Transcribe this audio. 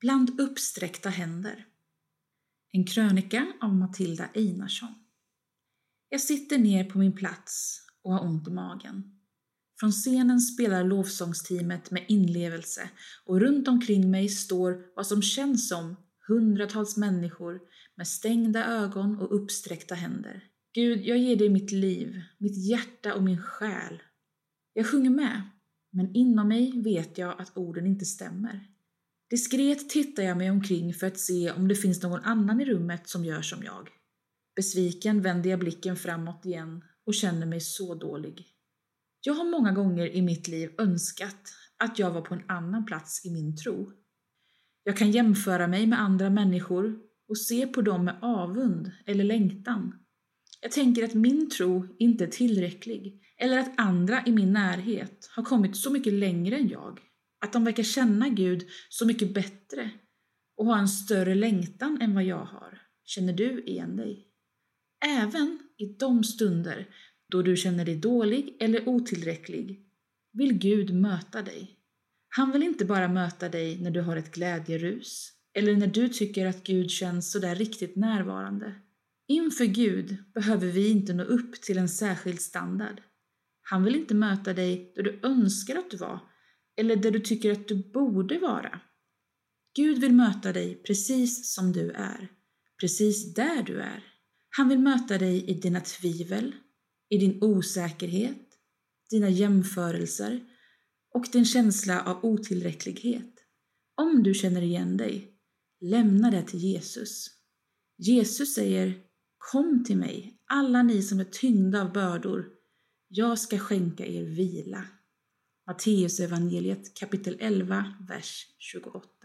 Bland uppsträckta händer. En krönika av Matilda Einarsson. Jag sitter ner på min plats och har ont i magen. Från scenen spelar lovsångsteamet med inlevelse och runt omkring mig står vad som känns som hundratals människor med stängda ögon och uppsträckta händer. Gud, jag ger dig mitt liv, mitt hjärta och min själ. Jag sjunger med, men inom mig vet jag att orden inte stämmer. Diskret tittar jag mig omkring för att se om det finns någon annan i rummet som gör som jag. Besviken vänder jag blicken framåt igen och känner mig så dålig. Jag har många gånger i mitt liv önskat att jag var på en annan plats i min tro. Jag kan jämföra mig med andra människor och se på dem med avund eller längtan. Jag tänker att min tro inte är tillräcklig eller att andra i min närhet har kommit så mycket längre än jag. Att de verkar känna Gud så mycket bättre och ha en större längtan än vad jag har. Känner du igen dig? Även i de stunder då du känner dig dålig eller otillräcklig vill Gud möta dig. Han vill inte bara möta dig när du har ett glädjerus eller när du tycker att Gud känns så där riktigt närvarande. Inför Gud behöver vi inte nå upp till en särskild standard. Han vill inte möta dig där du önskar att du var eller där du tycker att du borde vara. Gud vill möta dig precis som du är, precis där du är. Han vill möta dig i dina tvivel, i din osäkerhet, dina jämförelser och din känsla av otillräcklighet. Om du känner igen dig, lämna det till Jesus. Jesus säger, kom till mig, alla ni som är tyngda av bördor. Jag ska skänka er vila. Matteus evangeliet kapitel 11, vers 28.